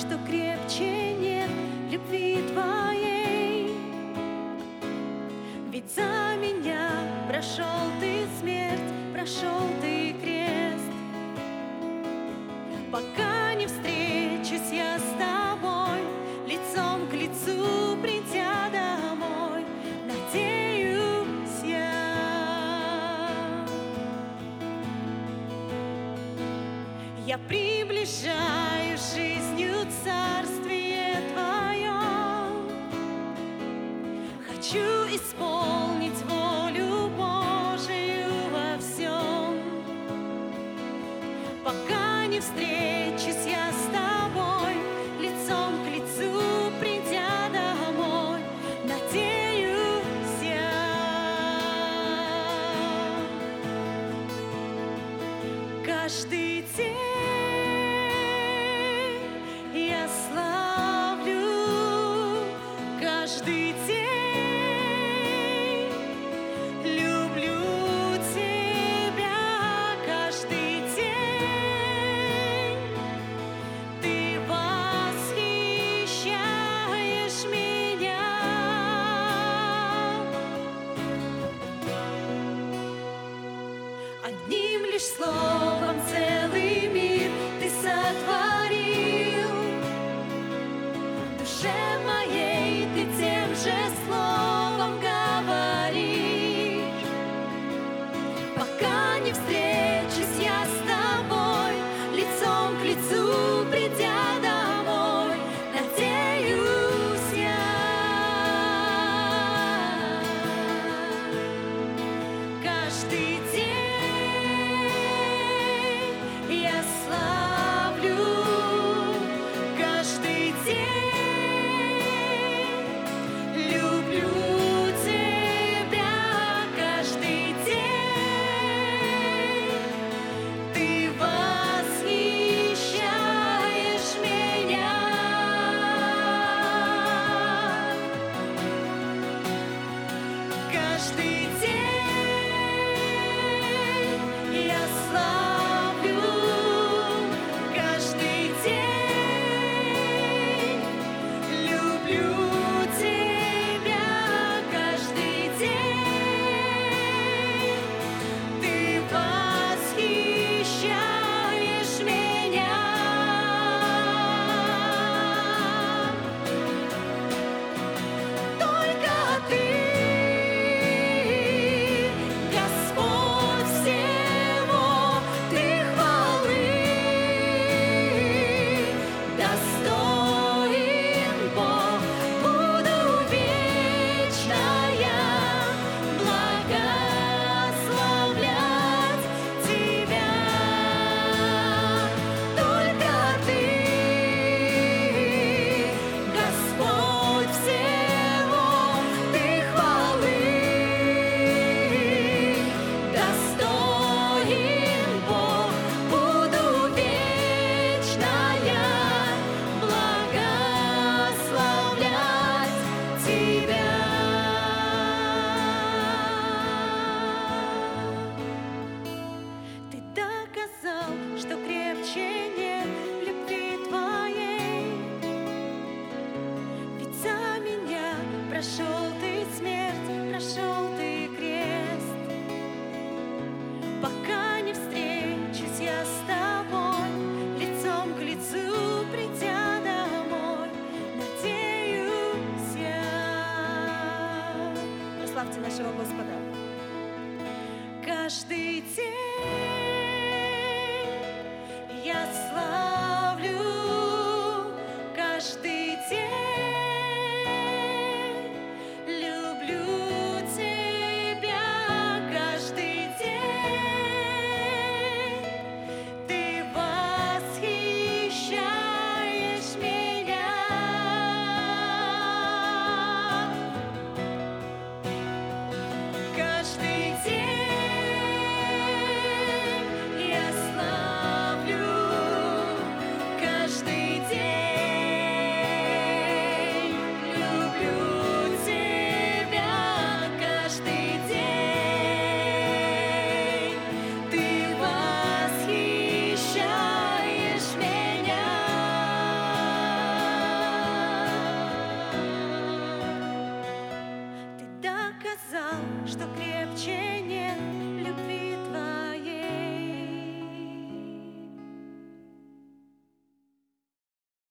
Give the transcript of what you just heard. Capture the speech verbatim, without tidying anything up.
что крепче нет любви Твоей. Ведь за меня прошел Ты смерть, прошел Ты крест. Пока не встречусь я с Тобой, лицом к лицу придя домой, надеюсь я. Я приближаю жизнью царствие Твое, хочу исполнить волю Божию во всем. Пока не встречусь я с Тобой, лицом к лицу придя домой, надеюсь я. Каждый день я славлю, каждый день люблю Тебя, каждый день Ты восхищаешь меня. Одним лишь словом целый мир Ты сотворил. Душе моей Ты тем же словом говоришь. Пока не встречусь я с Тобой, лицом к лицу придя домой, надеюсь я. Каждый день я славлю, каждый день люблю Тебя, каждый день Ты восхищаешь меня. Каждый день я славлю, каждый день люблю Тебя, каждый день Ты восхищаешь меня. Только Ты, Господь всего, Ты хвалы, достоин Бог, буду вечно я благословлять Тебя. Только Ты, Господь всего, Ты хвалы, достоин Бог, буду вечно я благословлять Тебя. Ты доказал, что крепче нет любви Твоей. Ведь за меня прошел Ты смерть, прошел Ты крест. Пока не встречусь я с Тобой, лицом к лицу придя домой, надеюсь я. Прославьте нашего Господа. Каждый день я славлю, каждый день люблю Тебя, каждый день Ты восхищаешь меня. Каждый день что крепко